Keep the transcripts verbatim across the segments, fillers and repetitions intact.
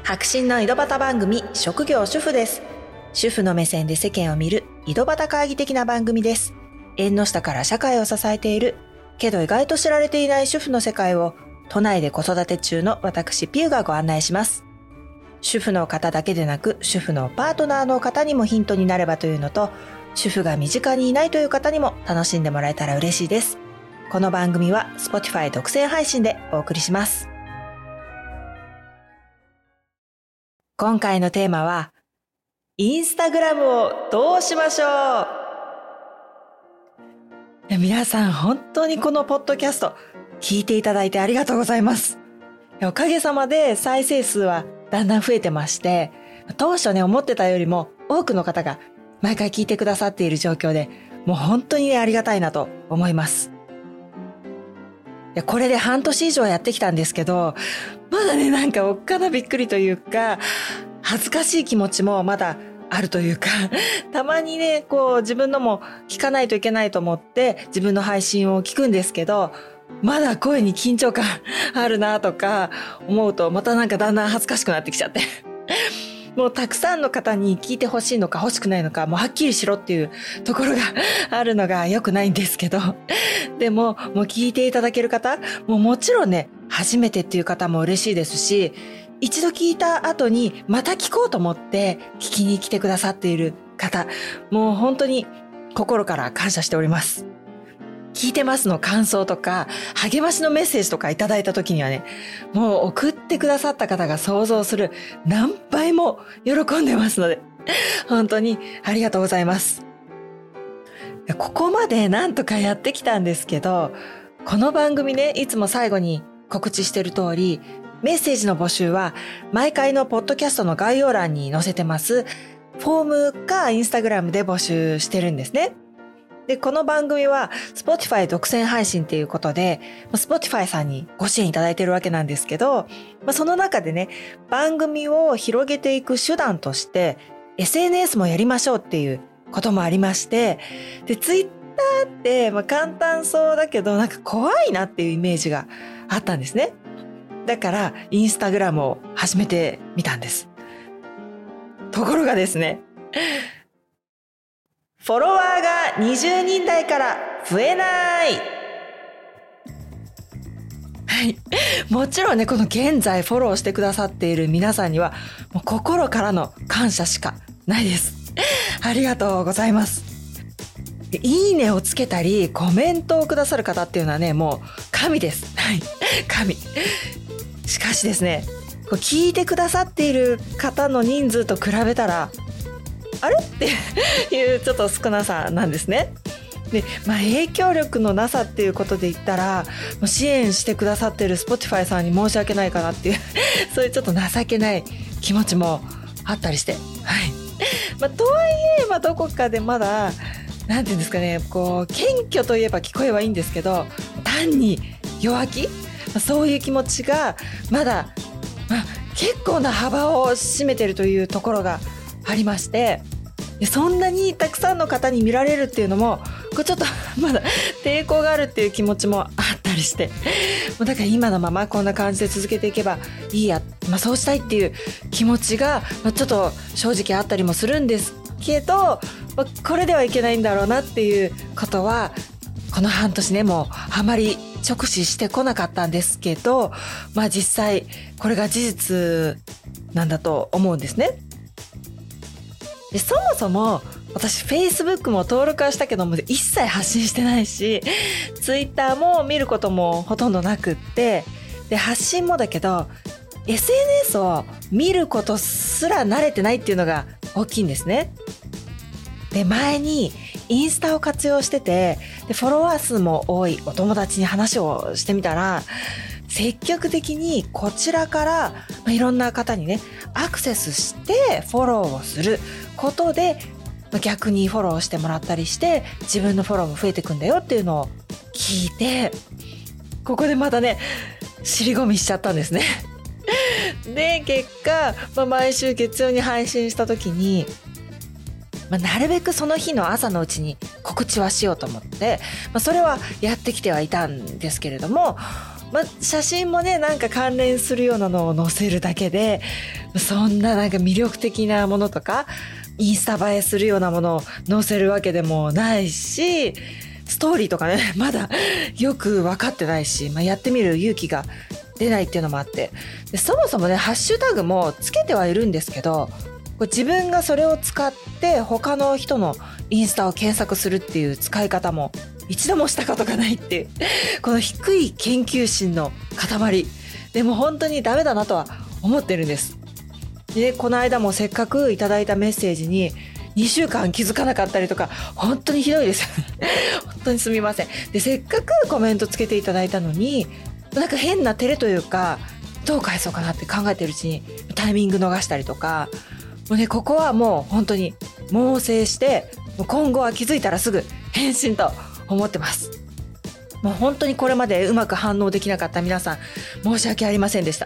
白真の井戸端番組、職業主婦です。主婦の目線で世間を見る井戸端会議的な番組です。縁の下から社会を支えているけど意外と知られていない主婦の世界を都内で子育て中の私ピューがご案内します。主婦の方だけでなく主婦のパートナーの方にもヒントになればというのと、主婦が身近にいないという方にも楽しんでもらえたら嬉しいです。この番組は Spotify 独占配信でお送りします。今回のテーマはインスタグラムをどうしましょう。いや皆さん本当にこのポッドキャスト聞いていただいてありがとうございます。おかげさまで再生数はだんだん増えてまして、当初ね思ってたよりも多くの方が毎回聞いてくださっている状況で、もう本当にねありがたいなと思います。いやこれで半年以上やってきたんですけど、まだねなんかおっかなびっくりというか恥ずかしい気持ちもまだあるというか、たまにねこう自分のも聞かないといけないと思って自分の配信を聞くんですけど、まだ声に緊張感あるなとか思うとまたなんかだんだん恥ずかしくなってきちゃってもうたくさんの方に聞いてほしいのか欲しくないのかもうはっきりしろっていうところがあるのが良くないんですけど、でももう聞いていただける方ももちろんね初めてっていう方も嬉しいですし、一度聞いた後にまた聞こうと思って聞きに来てくださっている方、もう本当に心から感謝しております。聞いてますの感想とか励ましのメッセージとかいただいた時にはね、もう送ってくださった方が想像する何倍も喜んでますので本当にありがとうございます。ここまでなんとかやってきたんですけど、この番組ねいつも最後に告知してる通りメッセージの募集は毎回のポッドキャストの概要欄に載せてますフォームかインスタグラムで募集してるんですね。で、この番組は Spotify 独占配信っていうことで Spotify さんにご支援いただいてるわけなんですけど、その中でね番組を広げていく手段として エスエヌエス もやりましょうっていうこともありまして、で Twitter ってまあ簡単そうだけどなんか怖いなっていうイメージがあったんですね。だからインスタグラムを始めてみたんです。ところがですね、フォロワーがにじゅうにん台から増えない。はい。もちろんね、この現在フォローしてくださっている皆さんには、もう心からの感謝しかないです。ありがとうございます。いいねをつけたり、コメントをくださる方っていうのはね、もう神です。はい。神。しかしですね、聞いてくださっている方の人数と比べたら、あれっていうちょっと少なさなんですね。で、まあ、影響力のなさっていうことで言ったら支援してくださっている Spotify さんに申し訳ないかなっていうそういうちょっと情けない気持ちもあったりして、はい。まあ、とはいえ、まあ、どこかでまだなんていうんですかね、こう謙虚といえば聞こえはいいんですけど、単に弱気、まあ、そういう気持ちがまだ、まあ、結構な幅を占めているというところがありまして、そんなにたくさんの方に見られるっていうのもこれちょっとまだ抵抗があるっていう気持ちもあったりして、もうだから今のままこんな感じで続けていけばいいや、まあ、そうしたいっていう気持ちがちょっと正直あったりもするんですけど、まあ、これではいけないんだろうなっていうことはこの半年ねもうあまり直視してこなかったんですけど、まあ実際これが事実なんだと思うんですね。でそもそも私 Facebook も登録はしたけども一切発信してないし、 Twitter も見ることもほとんどなくって、で発信もだけど エスエヌエス を見ることすら慣れてないっていうのが大きいんですね。で前にインスタを活用してて、でフォロワー数も多いお友達に話をしてみたら、積極的にこちらから、まあ、いろんな方にねアクセスしてフォローをすることで、まあ、逆にフォローしてもらったりして自分のフォローも増えてくんだよっていうのを聞いて、ここでまたね尻込みしちゃったんですね。で結果、まあ、毎週月曜に配信した時に、まあ、なるべくその日の朝のうちに告知はしようと思って、まあ、それはやってきてはいたんですけれども、 まあ、写真もねなんか関連するようなのを載せるだけで、そんななんか魅力的なものとかインスタ映えするようなものを載せるわけでもないし、ストーリーとかねまだよく分かってないし、まあ、やってみる勇気が出ないっていうのもあって、でそもそもねハッシュタグもつけてはいるんですけど、これ自分がそれを使って他の人のインスタを検索するっていう使い方も一度もしたことがないっていうこの低い研究心の塊でも本当にダメだなとは思ってるんです。でこの間もせっかくいただいたメッセージににしゅうかん気づかなかったりとか本当にひどいです本当にすみません。でせっかくコメントつけていただいたのになんか変な照れというかどう返そうかなって考えてるうちにタイミング逃したりとか、もうねここはもう本当に猛省して今後は気づいたらすぐ返信と思ってます。もう本当にこれまでうまく反応できなかった皆さん申し訳ありませんでした。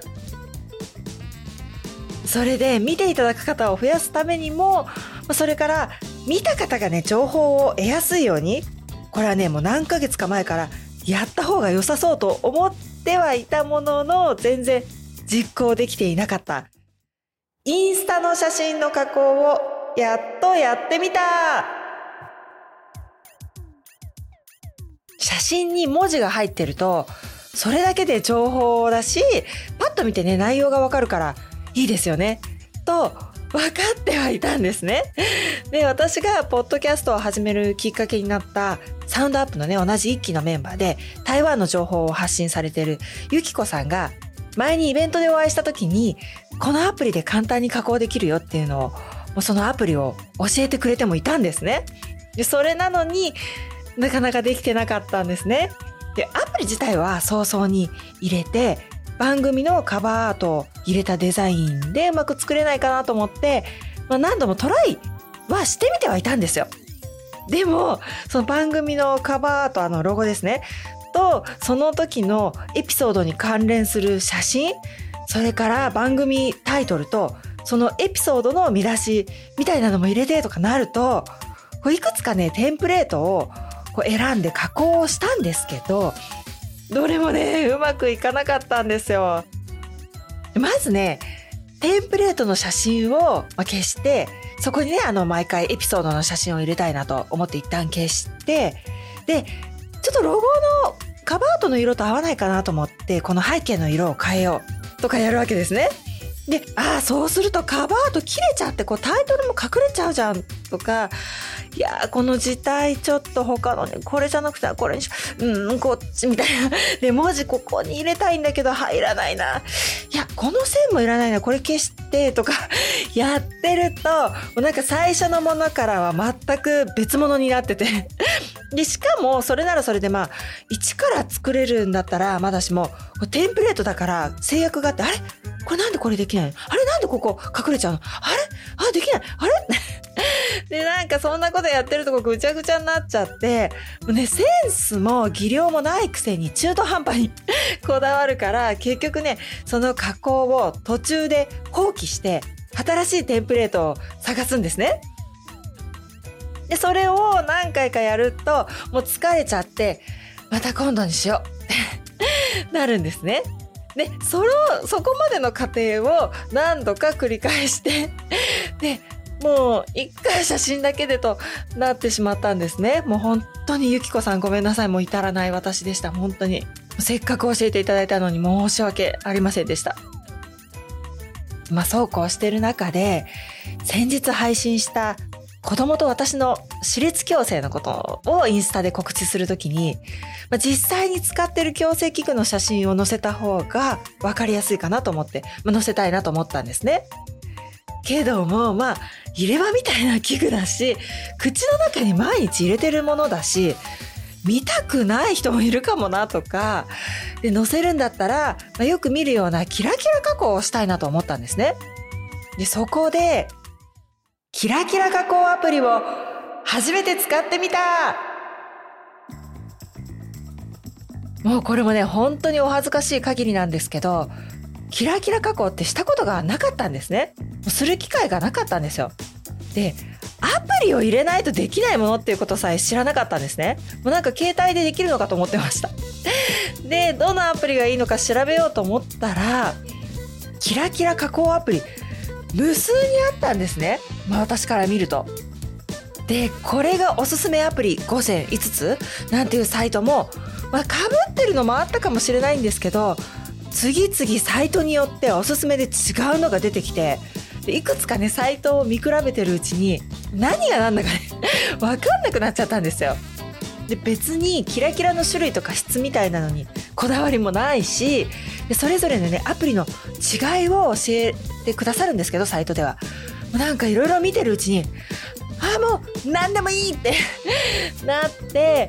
それで見ていただく方を増やすためにも、それから見た方がね情報を得やすいように、これはねもう何ヶ月か前からやった方が良さそうと思ってはいたものの全然実行できていなかったインスタの写真の加工をやっとやってみた。写真に文字が入ってるとそれだけで情報だし、パッと見てね内容がわかるからいいですよねと分かってはいたんですね。で私がポッドキャストを始めるきっかけになったサウンドアップのね同じ一期のメンバーで台湾の情報を発信されているゆきこさんが前にイベントでお会いした時にこのアプリで簡単に加工できるよっていうのをもうそのアプリを教えてくれてもいたんですね。でそれなのになかなかできてなかったんですね。でアプリ自体は早々に入れて番組のカバーアートを入れたデザインでうまく作れないかなと思って、まあ、何度もトライはしてみてはいたんですよ。でもその番組のカバーアート、あのロゴですねとその時のエピソードに関連する写真、それから番組タイトルとそのエピソードの見出しみたいなのも入れてとかなると、こういくつかねテンプレートをこう選んで加工をしたんですけど、どれもねうまくいかなかったんですよ。まずねテンプレートの写真を消して、そこにねあの毎回エピソードの写真を入れたいなと思って一旦消して、でちょっとロゴのカバーアートの色と合わないかなと思ってこの背景の色を変えようとかやるわけですね。でああそうするとカバーアート切れちゃってこうタイトルも隠れちゃうじゃんとか、いやこの字体ちょっと他のねこれじゃなくてこれにしうんこっちみたいなで文字ここに入れたいんだけど入らないな、いやこの線もいらないなこれ消してとかやってるともうなんか最初のものからは全く別物になっててでしかもそれならそれでまあ一から作れるんだったらまだしもテンプレートだから制約があって、あれこれなんでこれできないの、あれなんでここ隠れちゃうの、あれあできない、あれでなんかそんなことやってるとこぐちゃぐちゃになっちゃって、もうねセンスも技量もないくせに中途半端にこだわるから結局ねその加工を途中で放棄して新しいテンプレートを探すんですね。でそれを何回かやるともう疲れちゃってまた今度にしようなるんですね。でそのそこまでの過程を何度か繰り返してでもう一回写真だけでとなってしまったんですね。もう本当にゆきこさんごめんなさい、もう至らない私でした。本当にせっかく教えていただいたのに申し訳ありませんでした。まあそうこうしてる中で先日配信した子供と私の私立矯正のことをインスタで告知するときに、まあ、実際に使ってる矯正器具の写真を載せた方が分かりやすいかなと思って、まあ、載せたいなと思ったんですね。けどもまあ入れ歯みたいな器具だし口の中に毎日入れてるものだし見たくない人もいるかもなとかで、載せるんだったら、まあ、よく見るようなキラキラ加工をしたいなと思ったんですね。でそこでキラキラ加工アプリを初めて使ってみた。もうこれもね本当にお恥ずかしい限りなんですけど、キラキラ加工ってしたことがなかったんですね。する機会がなかったんですよ。でアプリを入れないとできないものっていうことさえ知らなかったんですね。もうなんか携帯でできるのかと思ってました。 で、どのアプリがいいのか調べようと思ったら、キラキラ加工アプリ、無数にあったんですね。まあ私から見ると。で、これがおすすめアプリごせんいつつなんていうサイトも、まあ被ってるのもあったかもしれないんですけど、次々サイトによっておすすめで違うのが出てきて、いくつかね、サイトを見比べてるうちに、何が何だかね、わかんなくなっちゃったんですよ。で、別にキラキラの種類とか質みたいなのにこだわりもないし、でそれぞれのね、アプリの違いを教えてくださるんですけど、サイトでは。なんかいろいろ見てるうちに、ああ、もう何でもいいってなって、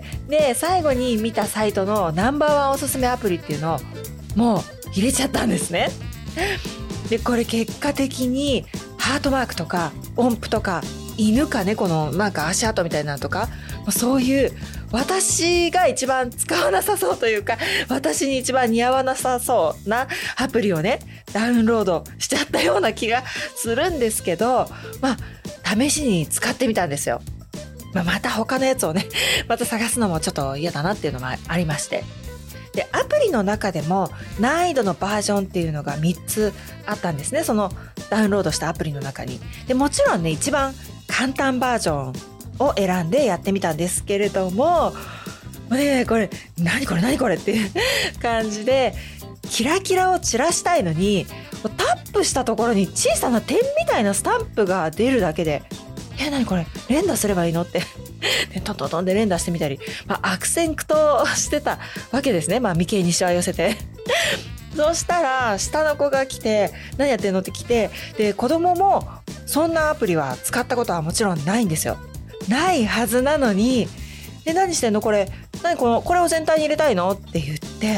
で、最後に見たサイトのナンバーワンおすすめアプリっていうのをもう入れちゃったんですね。で、これ結果的にハートマークとか音符とか犬か猫のなんか足跡みたいなのとか、そういう私が一番使わなさそうというか、私に一番似合わなさそうなアプリをね、ダウンロードしちゃったような気がするんですけど、まあ試しに使ってみたんですよ。まあ、また他のやつをね、また探すのもちょっと嫌だなっていうのもありまして。で、アプリの中でも難易度のバージョンっていうのがみっつあったんですね。そのダウンロードしたアプリの中に。で、もちろんね、一番簡単バージョンを選んでやってみたんですけれども、ね、これ、何これ何これっていう感じで、キラキラを散らしたいのに、タップしたところに小さな点みたいなスタンプが出るだけで、え、何これ連打すればいいのってでトントントンで連打してみたり、まあ、悪戦苦闘してたわけですね。まあ眉間にしわ寄せてそうしたら下の子が来て、何やってんのって来て、で子供もそんなアプリは使ったことはもちろんないんですよ。ないはずなのに、で何してんのこれ、何このこれを全体に入れたいのって言って、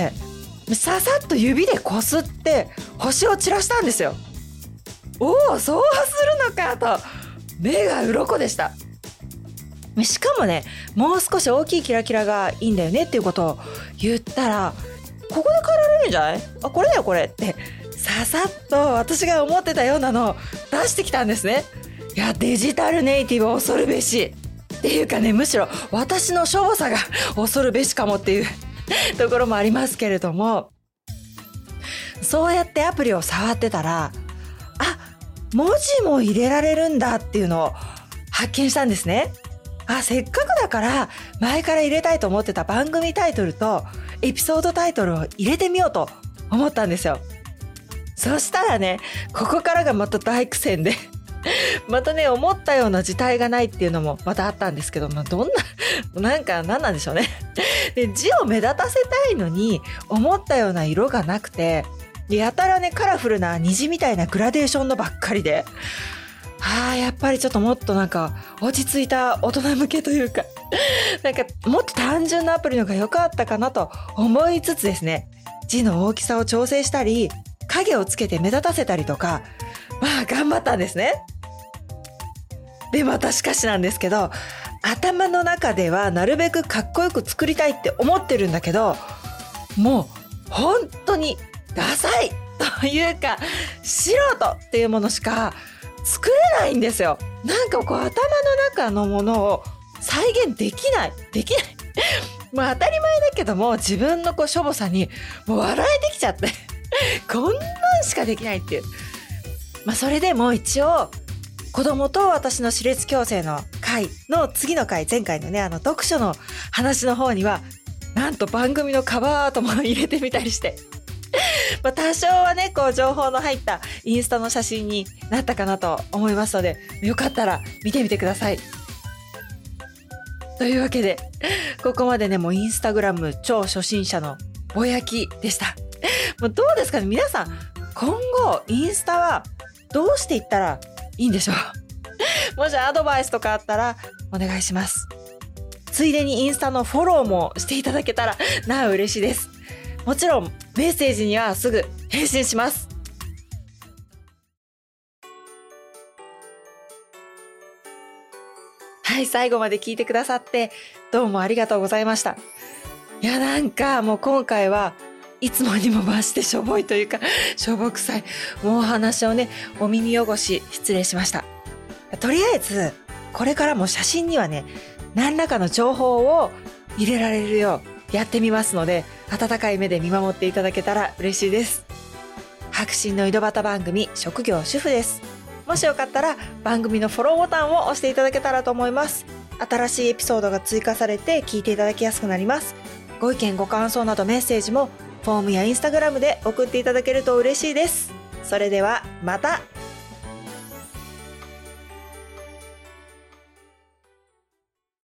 ささっと指でこすって星を散らしたんですよ。おお、そうするのかと目が鱗でした。しかもね、もう少し大きいキラキラがいいんだよねっていうことを言ったら、ここで変えられるんじゃない？あ、これだよこれってささっと私が思ってたようなのを出してきたんですね。いや、デジタルネイティブ恐るべしっていうかね、むしろ私のしょぼさが恐るべしかもっていうところもありますけれども、そうやってアプリを触ってたら、あ、文字も入れられるんだっていうのを発見したんですね。あ、せっかくだから前から入れたいと思ってた番組タイトルとエピソードタイトルを入れてみようと思ったんですよ。そしたらね、ここからがまた大苦戦でまたね、思ったような字体がないっていうのもまたあったんですけど、まあ、どんななんか何なんでしょうねで、字を目立たせたいのに思ったような色がなくて、でやたらね、カラフルな虹みたいなグラデーションのばっかりで、あー、やっぱりちょっともっとなんか落ち着いた大人向けというかなんかもっと単純なアプリのが良かったかなと思いつつですね、字の大きさを調整したり影をつけて目立たせたりとか、まあ頑張ったんですね。で、またしかしなんですけど、頭の中ではなるべくかっこよく作りたいって思ってるんだけど、もう本当にダサいというか素人っていうものしか作れないんですよ。なんかこう頭の中のものを再現できないできないまあ当たり前だけども、自分のこうしょぼさにもう笑えてきちゃってこんなんしかできないっていう。まあそれでも一応子供と私の歯列矯正の回の次の回、前回のね、あの読書の話の方にはなんと番組のカバーアートも入れてみたりしてまあ多少はね、こう情報の入ったインスタの写真になったかなと思いますので、よかったら見てみてください。というわけで、ここまでね、もうインスタグラム超初心者のぼやきでした。もうどうですかね、皆さん、今後インスタはどうしていったらいいんでしょうもしアドバイスとかあったらお願いします。ついでにインスタのフォローもしていただけたらなお嬉しいです。もちろんメッセージにはすぐ返信します。はい、最後まで聞いてくださってどうもありがとうございました。いや、なんかもう今回はいつもにも増してしょぼいというかしょぼくさいもうお話をね、お耳汚し失礼しました。とりあえずこれからも写真にはね、何らかの情報を入れられるようやってみますので、温かい目で見守っていただけたら嬉しいです。白真の井戸端番組、職業主婦です。もしよかったら番組のフォローボタンを押していただけたらと思います。新しいエピソードが追加されて聞いていただきやすくなります。ご意見ご感想などメッセージもフォームやインスタグラムで送っていただけると嬉しいです。それではまた。